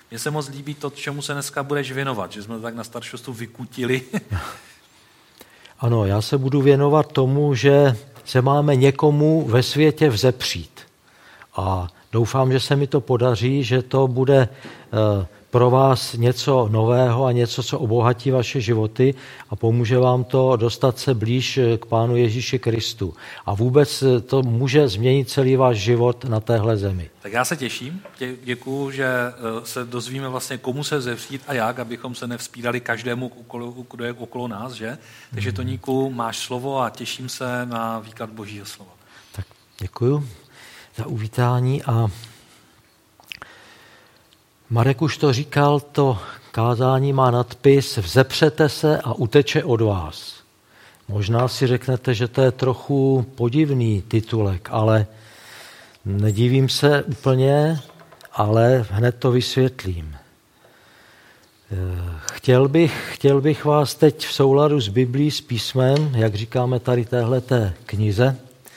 Mně se moc líbí to, čemu se dneska budeš věnovat, že jsme to tak na staršostu vykutili. Ano, já se budu věnovat tomu, že se máme někomu ve světě vzepřít. A doufám, že se mi to podaří, že to bude pro vás něco nového a něco, co obohatí vaše životy a pomůže vám to dostat se blíž k Pánu Ježíši Kristu. A vůbec to může změnit celý váš život na téhle zemi. Tak já se těším, děkuju, že se dozvíme vlastně, komu se vzepřít a jak, abychom se nevzpírali každému, kdo je okolo nás, že? Takže Toníku, máš slovo a těším se na výklad Božího slova. Tak děkuju za uvítání a Marek už to říkal, to kázání má nadpis Vzepřete se a uteče od vás. Možná si řeknete, že to je trochu podivný titulek, ale nedivím se úplně, ale hned to vysvětlím. Chtěl bych vás teď v souladu s Biblí, s písmem, jak říkáme tady téhleté knize,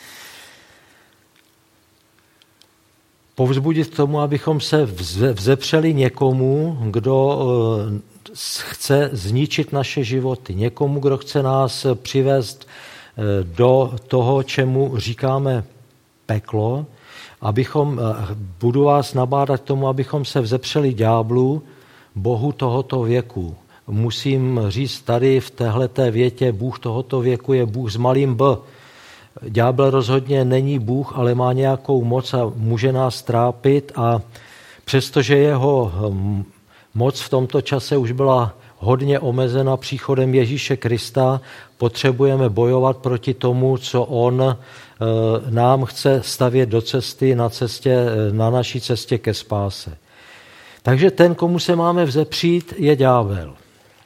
povzbudit k tomu, abychom se vzepřeli někomu, kdo chce zničit naše životy. Někomu, kdo chce nás přivést do toho, čemu říkáme peklo. Budu vás nabádat k tomu, abychom se vzepřeli ďáblu, bohu tohoto věku. Musím říct tady v téhleté větě, Bůh tohoto věku je Bůh s malým B. Ďábel rozhodně není Bůh, ale má nějakou moc a může nás trápit a přestože jeho moc v tomto čase už byla hodně omezena příchodem Ježíše Krista, potřebujeme bojovat proti tomu, co on nám chce stavět do cesty, na naší cestě ke spáse. Takže ten, komu se máme vzepřít, je ďábel.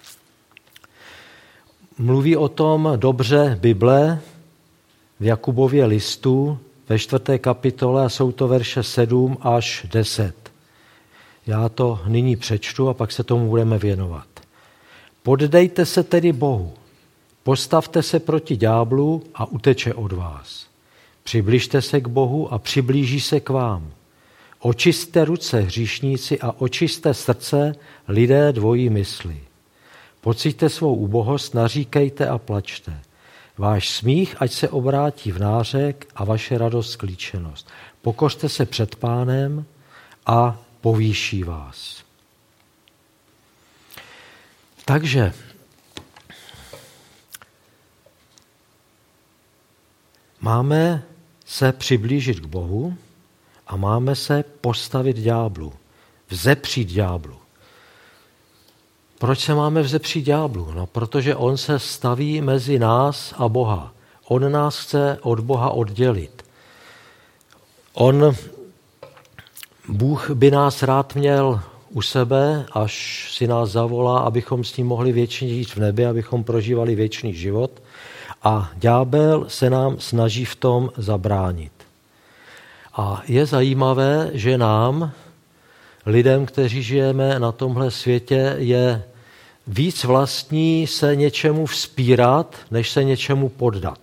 Mluví o tom dobře Bible, v Jakubově listu ve 4. kapitole a jsou to verše 7 až 10. Já to nyní přečtu a pak se tomu budeme věnovat. Poddejte se tedy Bohu, postavte se proti ďáblu a uteče od vás. Přibližte se k Bohu a přiblíží se k vám. Očisťte ruce, hříšníci, a očisťte srdce, lidé dvojí mysli. Pociťte svou ubohost, naříkejte a plačte. Váš smích, ať se obrátí v nářek a vaše radost sklíčenost. Pokořte se před Pánem a povýší vás. Takže máme se přiblížit k Bohu a máme se postavit ďáblu, vzepřít ďáblu. Proč se máme vzepřít ďáblu? No, protože on se staví mezi nás a Boha. On nás chce od Boha oddělit. Bůh by nás rád měl u sebe, až si nás zavolá, abychom s ním mohli věčně žít v nebi, abychom prožívali věčný život. A ďábel se nám snaží v tom zabránit. A je zajímavé, že nám, lidem, kteří žijeme na tomhle světě, je víc vlastní se něčemu vzpírat, než se něčemu poddat.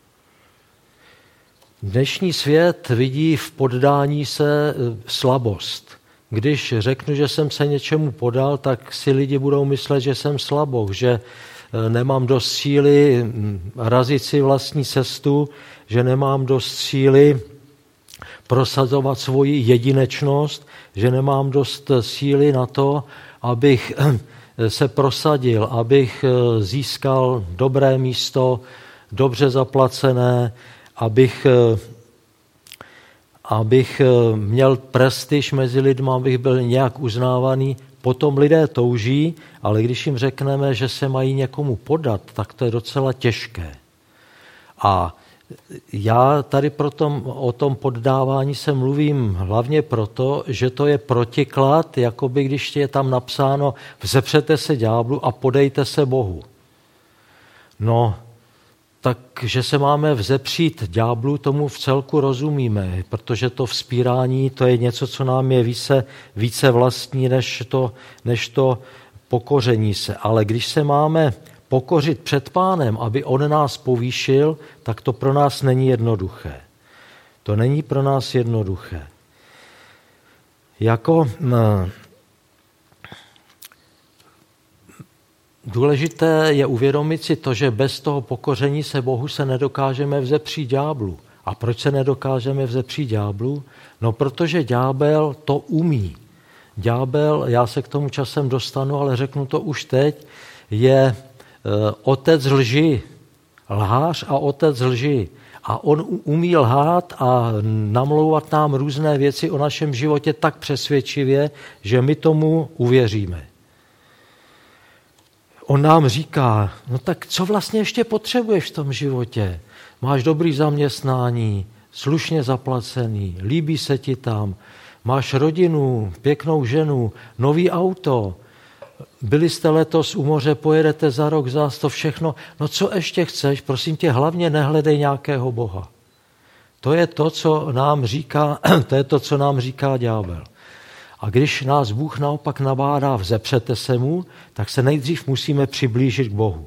Dnešní svět vidí v poddání se slabost. Když řeknu, že jsem se něčemu podal, tak si lidi budou myslet, že jsem slaboch, že nemám dost síly razit si vlastní cestu, že nemám dost síly prosazovat svoji jedinečnost, že nemám dost síly na to, abych se prosadil, abych získal dobré místo, dobře zaplacené, abych měl prestiž mezi lidmi, abych byl nějak uznávaný. Potom lidé touží, ale když jim řekneme, že se mají někomu podat, tak to je docela těžké. A já tady o tom poddávání se mluvím hlavně proto, že to je protiklad, jakoby když je tam napsáno vzepřete se ďáblu a podejte se Bohu. No, takže se máme vzepřít ďáblu, tomu v celku rozumíme, protože to vzpírání, to je něco, co nám je více vlastní, než to pokoření se. Ale když se máme pokořit před Pánem, aby on nás povýšil, tak to pro nás není jednoduché. To není pro nás jednoduché. důležité je uvědomit si to, že bez toho pokoření se Bohu se nedokážeme vzepřít ďáblu. A proč se nedokážeme vzepřít ďáblu? No, protože ďábel to umí. Ďábel, já se k tomu časem dostanu, ale řeknu to už teď, je otec lži, lhář a otec lži. A on umí lhát a namlouvat nám různé věci o našem životě tak přesvědčivě, že my tomu uvěříme. On nám říká, no tak co vlastně ještě potřebuješ v tom životě? Máš dobrý zaměstnání, slušně zaplacený, líbí se ti tam, máš rodinu, pěknou ženu, nový auto, byli jste letos u moře, pojedete za rok, zás to všechno. No co ještě chceš? Prosím tě, hlavně nehledej nějakého Boha. To je to, co nám říká ďábel. A když nás Bůh naopak nabádá, vzepřete se mu, tak se nejdřív musíme přiblížit k Bohu.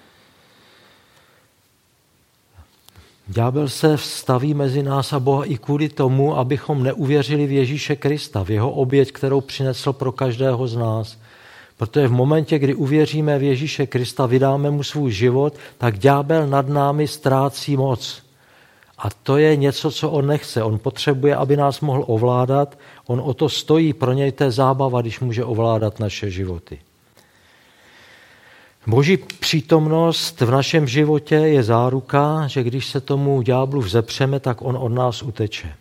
Ďábel se staví mezi nás a Boha i kvůli tomu, abychom neuvěřili v Ježíše Krista, v jeho oběť, kterou přinesl pro každého z nás. Protože v momentě, kdy uvěříme v Ježíše Krista, vydáme mu svůj život, tak ďábel nad námi ztrácí moc. A to je něco, co on nechce. On potřebuje, aby nás mohl ovládat. On o to stojí, pro něj to je zábava, když může ovládat naše životy. Boží přítomnost v našem životě je záruka, že když se tomu ďáblu vzepřeme, tak on od nás uteče.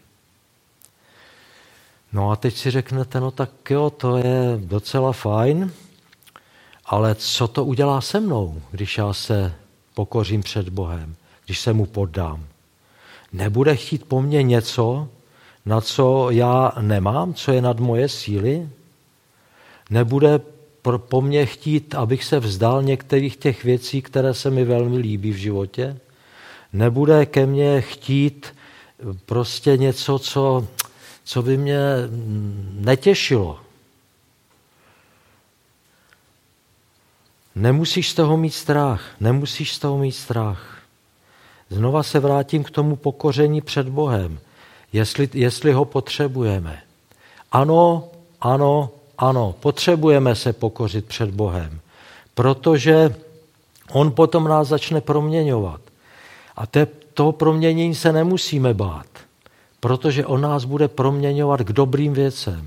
No a teď si řeknete, no tak jo, to je docela fajn, ale co to udělá se mnou, když já se pokořím před Bohem, když se mu poddám? Nebude chtít po mně něco, na co já nemám, co je nad moje síly? Nebude po mně chtít, abych se vzdal některých těch věcí, které se mi velmi líbí v životě? Nebude ke mně chtít prostě něco, co by mě netěšilo? Nemusíš z toho mít strach. Znova se vrátím k tomu pokoření před Bohem, jestli ho potřebujeme. Ano, potřebujeme se pokořit před Bohem, protože on potom nás začne proměňovat. A toho proměnění se nemusíme bát, protože on nás bude proměňovat k dobrým věcem.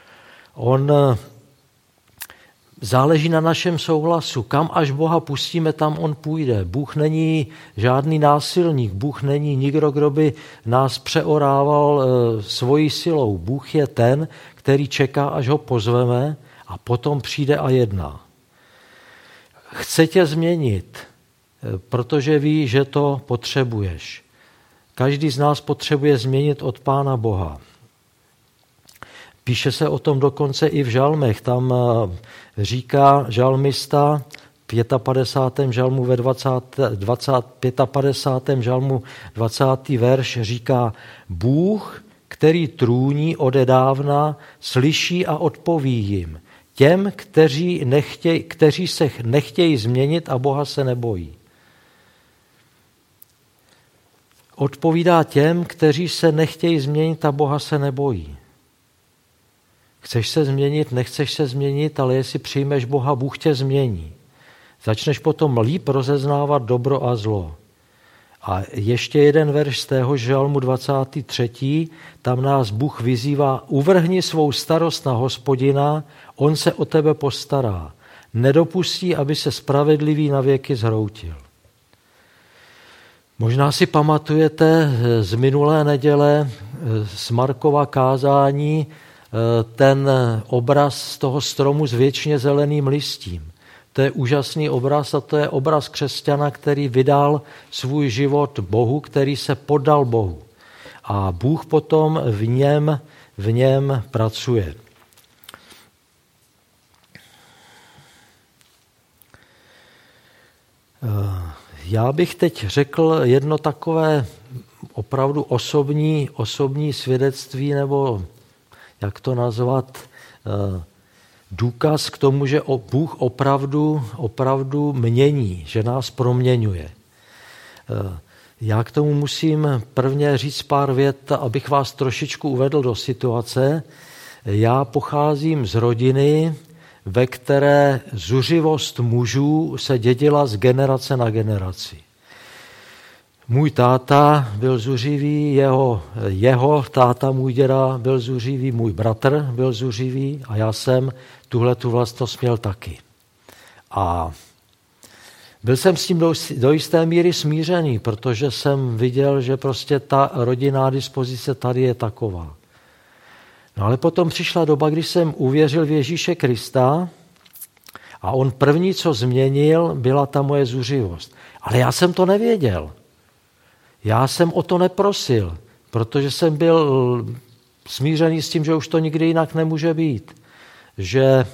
Záleží na našem souhlasu. Kam až Boha pustíme, tam on půjde. Bůh není žádný násilník. Bůh není nikdo, kdo by nás přeorával svojí silou. Bůh je ten, který čeká, až ho pozveme a potom přijde a jedná. Chce tě změnit, protože ví, že to potřebuješ. Každý z nás potřebuje změnit od Pána Boha. Píše se o tom dokonce i v žalmech. Tam říká žalmista v 55. žalmu ve 55. žalmu 20. verš říká: Bůh, který trůní odedávna, slyší a odpoví jim. Těm, kteří se nechtějí změnit a Boha se nebojí. Odpovídá těm, kteří se nechtějí změnit a Boha se nebojí. Chceš se změnit, nechceš se změnit, ale jestli přijmeš Boha, Bůh tě změní. Začneš potom líp rozeznávat dobro a zlo. A ještě jeden verš z tého žalmu 23. Tam nás Bůh vyzývá: uvrhni svou starost na Hospodina, on se o tebe postará. Nedopustí, aby se spravedlivý na věky zhroutil. Možná si pamatujete z minulé neděle z Markova kázání ten obraz z toho stromu s věčně zeleným listím. To je úžasný obraz a to je obraz křesťana, který vydal svůj život Bohu, který se poddal Bohu. A Bůh potom v něm pracuje. Já bych teď řekl jedno takové opravdu osobní svědectví, nebo jak to nazvat, důkaz k tomu, že Bůh opravdu mění, že nás proměňuje. Já k tomu musím prvně říct pár vět, abych vás trošičku uvedl do situace. Já pocházím z rodiny, ve které zuřivost mužů se dědila z generace na generaci. Můj táta byl zuřivý, jeho táta, můj děda byl zuřivý, můj bratr byl zuřivý a já jsem tuhletu vlastnost měl taky. A byl jsem s tím do jisté míry smířený, protože jsem viděl, že prostě ta rodinná dispozice tady je taková. No ale potom přišla doba, kdy jsem uvěřil v Ježíše Krista a on první, co změnil, byla ta moje zuřivost. Ale já jsem to nevěděl. Já jsem o to neprosil, protože jsem byl smířený s tím, že už to nikdy jinak nemůže být. Že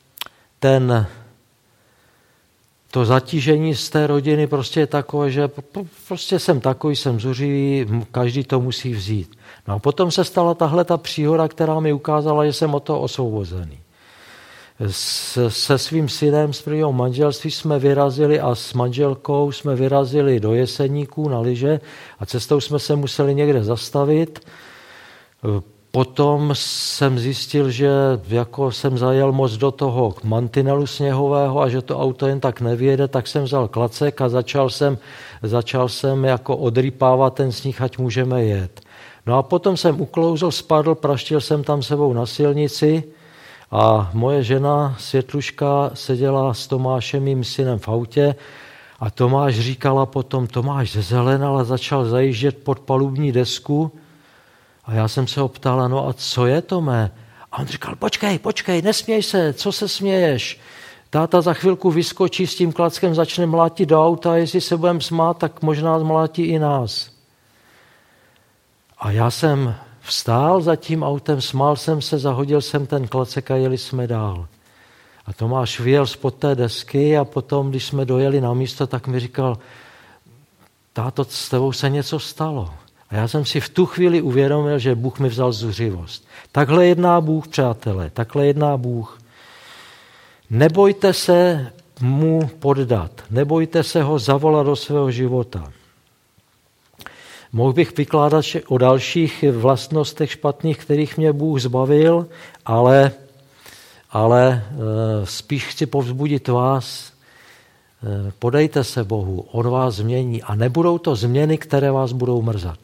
to zatížení z té rodiny prostě je takové, že prostě jsem takový, jsem zuřivý, každý to musí vzít. No a potom se stala tahle ta příhoda, která mi ukázala, že jsem od toho osvobozený. Se svým synem z prvního manželství jsme vyrazili a s manželkou jsme vyrazili do Jeseníků na lyže a cestou jsme se museli někde zastavit. Potom jsem zjistil, že jako jsem zajel moc do toho mantinelu sněhového a že to auto jen tak nevyjede, tak jsem vzal klacek a začal jsem jako odrypávat ten sníh, ať můžeme jet. No a potom jsem uklouzl, spadl, praštil jsem tam sebou na silnici a moje žena Světluška seděla s Tomášem, mým synem, v autě a Tomáš říkala potom, Tomáš zezelenal a začal zajíždět pod palubní desku a já jsem se ho ptala, no a co je, Tome? A on říkal, počkej, nesměj se, co se směješ? Táta za chvilku vyskočí s tím klackem, začne mlátit do auta a jestli se budeme smát, tak možná mlátí i nás. A já jsem vstál za tím autem, smál jsem se, zahodil jsem ten klacek a jeli jsme dál. A Tomáš vyjel spod té desky a potom, když jsme dojeli na místo, tak mi říkal, táto, s tebou se něco stalo. A já jsem si v tu chvíli uvědomil, že Bůh mi vzal zuřivost. Takhle jedná Bůh, přátelé, takhle jedná Bůh. Nebojte se mu poddat, nebojte se ho zavolat do svého života. Mohl bych vykládat o dalších vlastnostech špatných, kterých mě Bůh zbavil, ale spíš chci povzbudit vás, podejte se Bohu, on vás změní a nebudou to změny, které vás budou mrzat.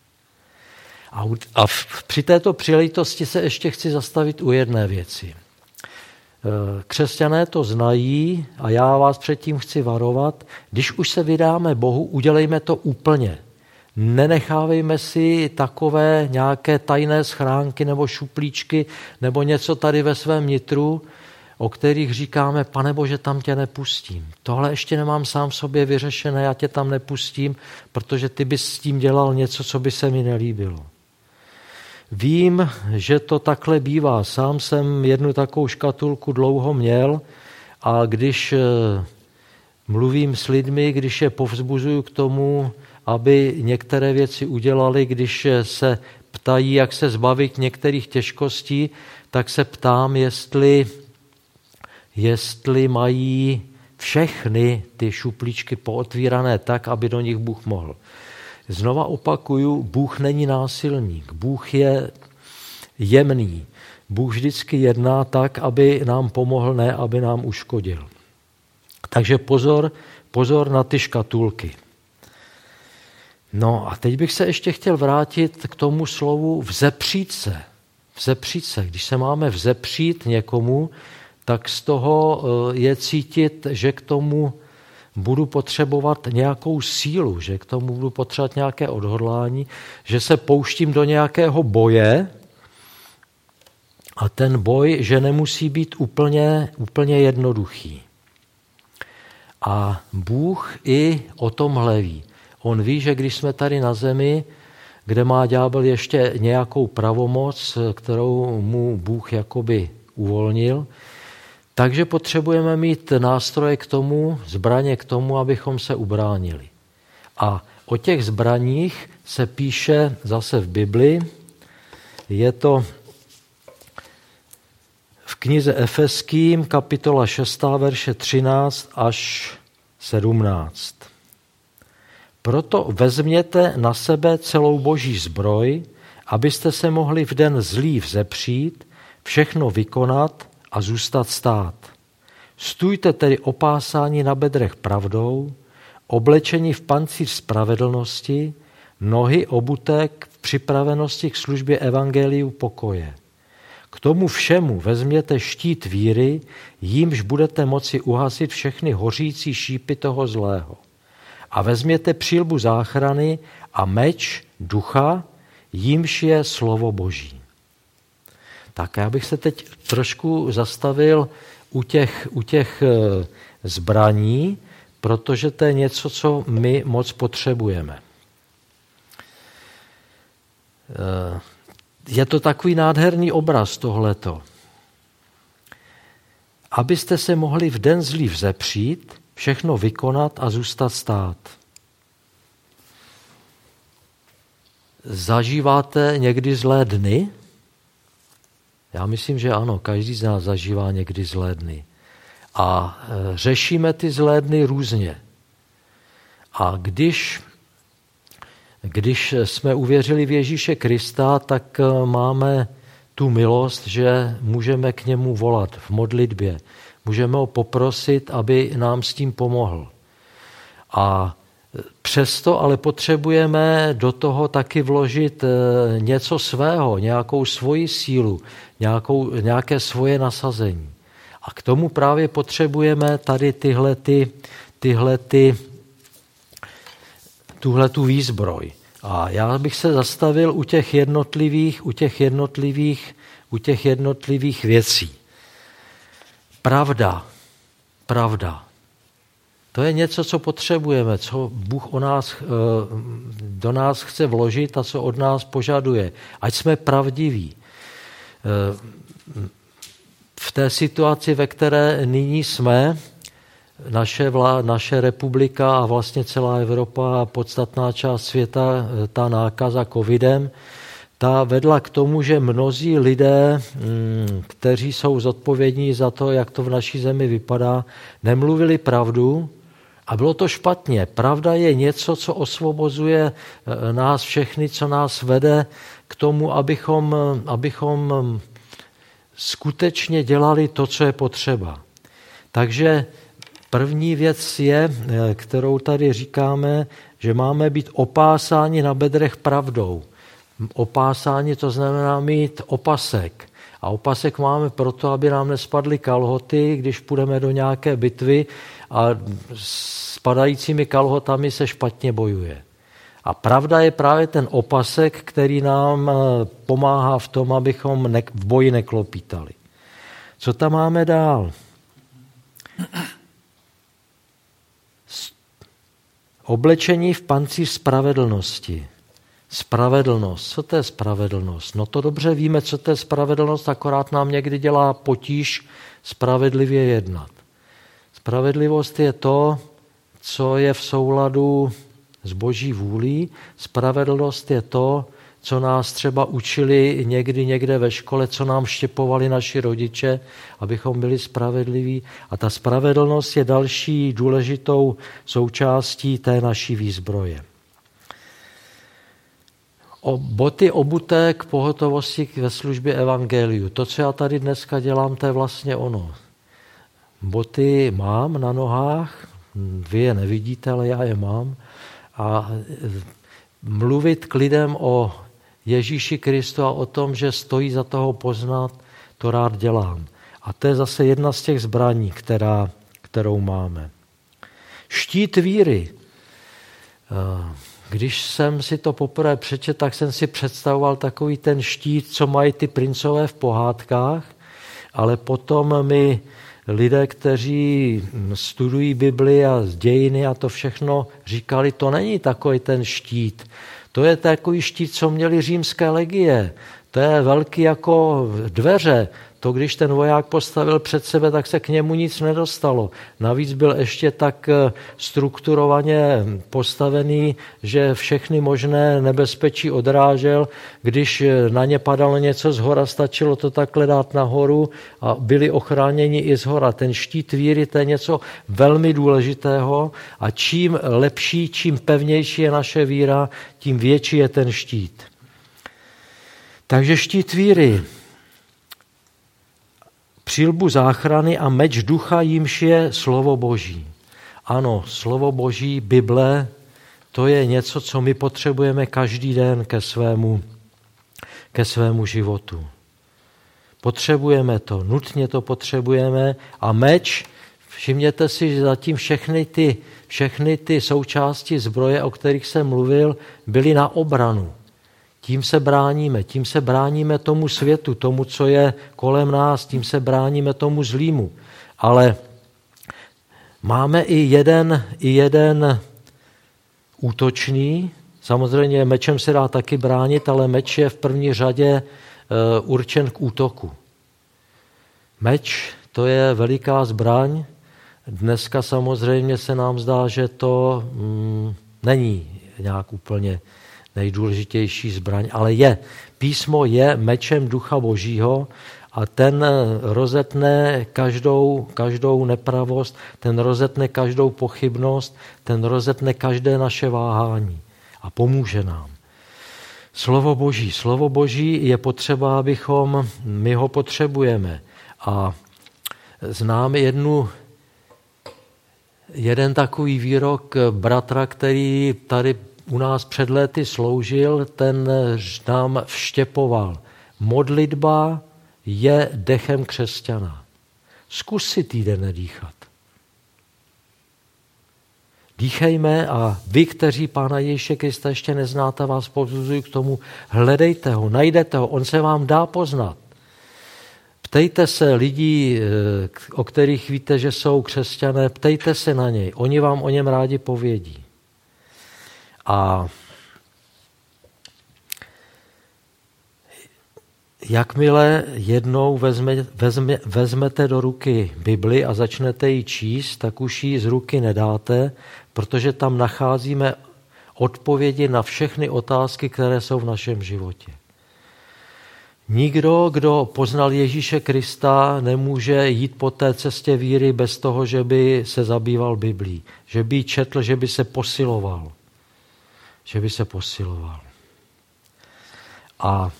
A při této příležitosti se ještě chci zastavit u jedné věci. Křesťané to znají a já vás předtím chci varovat, když už se vydáme Bohu, udělejme to úplně. Nenechávejme si takové nějaké tajné schránky nebo šuplíčky nebo něco tady ve svém nitru, o kterých říkáme, Pane Bože, tam tě nepustím. Tohle ještě nemám sám sobě vyřešené, já tě tam nepustím, protože ty bys s tím dělal něco, co by se mi nelíbilo. Vím, že to takhle bývá. Sám jsem jednu takovou škatulku dlouho měl a když mluvím s lidmi, když je povzbuzuju k tomu, aby některé věci udělali, když se ptají, jak se zbavit některých těžkostí, tak se ptám, jestli mají všechny ty šuplíčky pootvírané tak, aby do nich Bůh mohl. Znova opakuju, Bůh není násilník, Bůh je jemný. Bůh vždycky jedná tak, aby nám pomohl, ne aby nám uškodil. Takže pozor na ty škatulky. No a teď bych se ještě chtěl vrátit k tomu slovu vzepřít se. Vzepřít se. Když se máme vzepřít někomu, tak z toho je cítit, že k tomu budu potřebovat nějakou sílu, že k tomu budu potřebovat nějaké odhodlání, že se pouštím do nějakého boje a ten boj, že nemusí být úplně jednoduchý. A Bůh i o tomhle ví. On ví, že když jsme tady na zemi, kde má ďábel ještě nějakou pravomoc, kterou mu Bůh jakoby uvolnil, takže potřebujeme mít nástroje k tomu, zbraně k tomu, abychom se ubránili. A o těch zbraních se píše zase v Bibli. Je to v knize Efeským, kapitola 6, verše 13 až 17. Proto vezměte na sebe celou boží zbroj, abyste se mohli v den zlý vzepřít, všechno vykonat a zůstat stát. Stůjte tedy opásáni na bedrech pravdou, oblečení v pancíř spravedlnosti, nohy obuté v připravenosti k službě evangeliu pokoje. K tomu všemu vezměte štít víry, jímž budete moci uhasit všechny hořící šípy toho zlého. A vezměte přilbu záchrany a meč ducha, jímž je slovo Boží. Tak já bych se teď trošku zastavil u těch zbraní, protože to je něco, co my moc potřebujeme. Je to takový nádherný obraz tohleto. Abyste se mohli v den zlý vzepřít, všechno vykonat a zůstat stát. Zažíváte někdy zlé dny? Já myslím, že ano, každý z nás zažívá někdy zlé dny. A řešíme ty zlé dny různě. A když jsme uvěřili v Ježíše Krista, tak máme tu milost, že můžeme k němu volat v modlitbě. Můžeme ho poprosit, aby nám s tím pomohl. A přesto ale potřebujeme do toho taky vložit něco svého, nějakou svoji sílu, nějaké svoje nasazení. A k tomu právě potřebujeme tady tuhletu výzbroj. A já bych se zastavil u těch jednotlivých věcí. Pravda. To je něco, co potřebujeme, co Bůh do nás chce vložit a co od nás požaduje. Ať jsme pravdiví. V té situaci, ve které nyní jsme, naše republika a vlastně celá Evropa a podstatná část světa, ta nákaza covidem, ta vedla k tomu, že mnozí lidé, kteří jsou zodpovědní za to, jak to v naší zemi vypadá, nemluvili pravdu a bylo to špatně. Pravda je něco, co osvobozuje nás všechny, co nás vede k tomu, abychom skutečně dělali to, co je potřeba. Takže první věc je, kterou tady říkáme, že máme být opásáni na bedrech pravdou. Opásání to znamená mít opasek. A opasek máme proto, aby nám nespadly kalhoty, když půjdeme do nějaké bitvy a s padajícími kalhotami se špatně bojuje. A pravda je právě ten opasek, který nám pomáhá v tom, abychom v boji neklopítali. Co tam máme dál? Oblečení v pancíř spravedlnosti. Spravedlnost. Co to je spravedlnost? No to dobře víme, co to je spravedlnost, akorát nám někdy dělá potíž spravedlivě jednat. Spravedlivost je to, co je v souladu s Boží vůlí. Spravedlnost je to, co nás třeba učili někde ve škole, co nám štěpovali naši rodiče, abychom byli spravedliví. A ta spravedlnost je další důležitou součástí té naší výzbroje. Boty obuté k pohotovosti ve službě evangeliu. To, co já tady dneska dělám, to je vlastně ono. Boty mám na nohách, vy je nevidíte, ale já je mám. A mluvit k lidem o Ježíši Kristu a o tom, že stojí za toho poznat, to rád dělám. A to je zase jedna z těch zbraní, kterou máme. Štít víry. Když jsem si to poprvé přečetl, tak jsem si představoval takový ten štít, co mají ty princové v pohádkách, ale potom mi lidé, kteří studují Bibli a dějiny a to všechno, říkali, to není takový ten štít. To je takový štít, co měli římské legie. To je velký jako dveře. To, když ten voják postavil před sebe, tak se k němu nic nedostalo. Navíc byl ještě tak strukturovaně postavený, že všechny možné nebezpečí odrážel. Když na ně padalo něco zhora, stačilo to takhle dát nahoru a byli ochráněni i zhora. Ten štít víry, to je něco velmi důležitého a čím lepší, čím pevnější je naše víra, tím větší je ten štít. Takže štít víry. přilbu záchrany a meč ducha, jímž je slovo Boží. Ano, slovo Boží, Bible, to je něco, co my potřebujeme každý den ke svému životu. Potřebujeme to, nutně to potřebujeme a meč, všimněte si, že zatím všechny ty součásti zbroje, o kterých jsem mluvil, byly na obranu. Tím se bráníme tomu světu, tomu, co je kolem nás, tím se bráníme tomu zlímu. Ale máme i jeden útočný, samozřejmě mečem se dá taky bránit, ale meč je v první řadě určen k útoku. Meč, to je veliká zbraň. Dneska samozřejmě se nám zdá, že to není nějak úplně nejdůležitější zbraň, ale je. Písmo je mečem ducha Božího a ten rozetne každou nepravost, ten rozetne každou pochybnost, ten rozetne každé naše váhání a pomůže nám. Slovo Boží je potřeba, my ho potřebujeme. A znám jeden takový výrok bratra, který tady u nás před léty sloužil, ten nám vštěpoval. Modlitba je dechem křesťana. Zkus si týden nedýchat. Dýchejme a vy, kteří Pána Ježíše Krista ještě neznáte, vás povzbuzuji k tomu, hledejte ho, najdete ho, on se vám dá poznat. Ptejte se lidí, o kterých víte, že jsou křesťané, ptejte se na něj, oni vám o něm rádi povědí. A jakmile jednou vezmete do ruky Bibli a začnete ji číst, tak už ji z ruky nedáte, protože tam nacházíme odpovědi na všechny otázky, které jsou v našem životě. Nikdo, kdo poznal Ježíše Krista, nemůže jít po té cestě víry bez toho, že by se zabýval Biblí, že by ji četl, že by se posiloval. A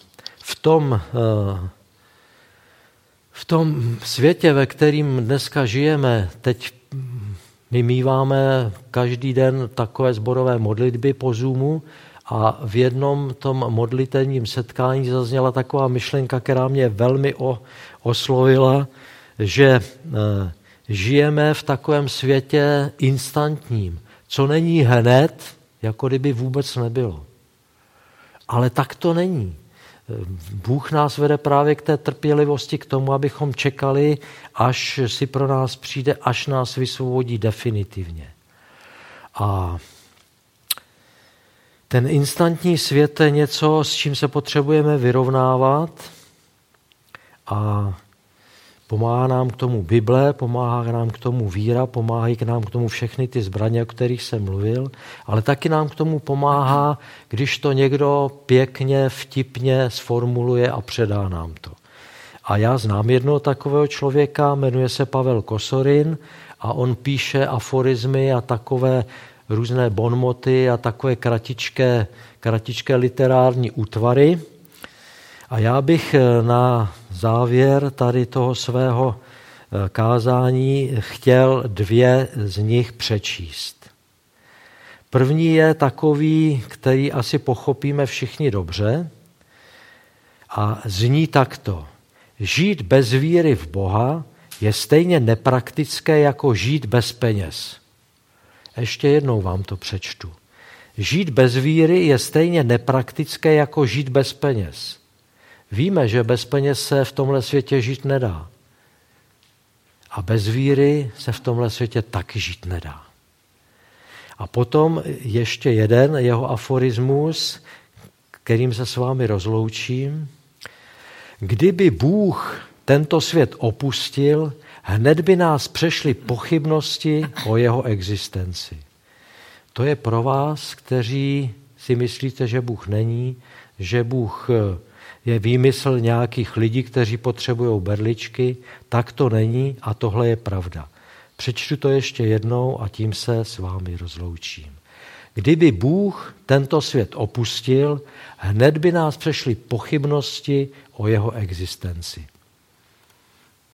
v tom světě, ve kterým dneska žijeme, teď my míváme každý den takové sborové modlitby po Zoomu a v jednom tom modlitevním setkání zazněla taková myšlenka, která mě velmi oslovila, že žijeme v takovém světě instantním, co není hned, jako kdyby vůbec nebylo. Ale tak to není. Bůh nás vede právě k té trpělivosti, k tomu, abychom čekali, až si pro nás přijde, až nás vysvobodí definitivně. A ten instantní svět je něco, s čím se potřebujeme vyrovnávat a pomáhá nám k tomu Bible, pomáhá nám k tomu víra, pomáhají k nám k tomu všechny ty zbraně, o kterých jsem mluvil, ale taky nám k tomu pomáhá, když to někdo pěkně, vtipně sformuluje a předá nám to. A já znám jednoho takového člověka, jmenuje se Pavel Kosorin a on píše aforizmy a takové různé bonmoty a takové kratičké literární útvary. A já bych na závěr tady toho svého kázání chtěl 2 z nich přečíst. První je takový, který asi pochopíme všichni dobře a zní takto. Žít bez víry v Boha je stejně nepraktické jako žít bez peněz. Ještě jednou vám to přečtu. Žít bez víry je stejně nepraktické jako žít bez peněz. Víme, že bez peněz se v tomhle světě žít nedá. A bez víry se v tomhle světě taky žít nedá. A potom ještě jeden jeho aforismus, kterým se s vámi rozloučím. Kdyby Bůh tento svět opustil, hned by nás přešly pochybnosti o jeho existenci. To je pro vás, kteří si myslíte, že Bůh není, že Bůh je výmysl nějakých lidí, kteří potřebují berličky, tak to není a tohle je pravda. Přečtu to ještě jednou a tím se s vámi rozloučím. Kdyby Bůh tento svět opustil, hned by nás přešly pochybnosti o jeho existenci.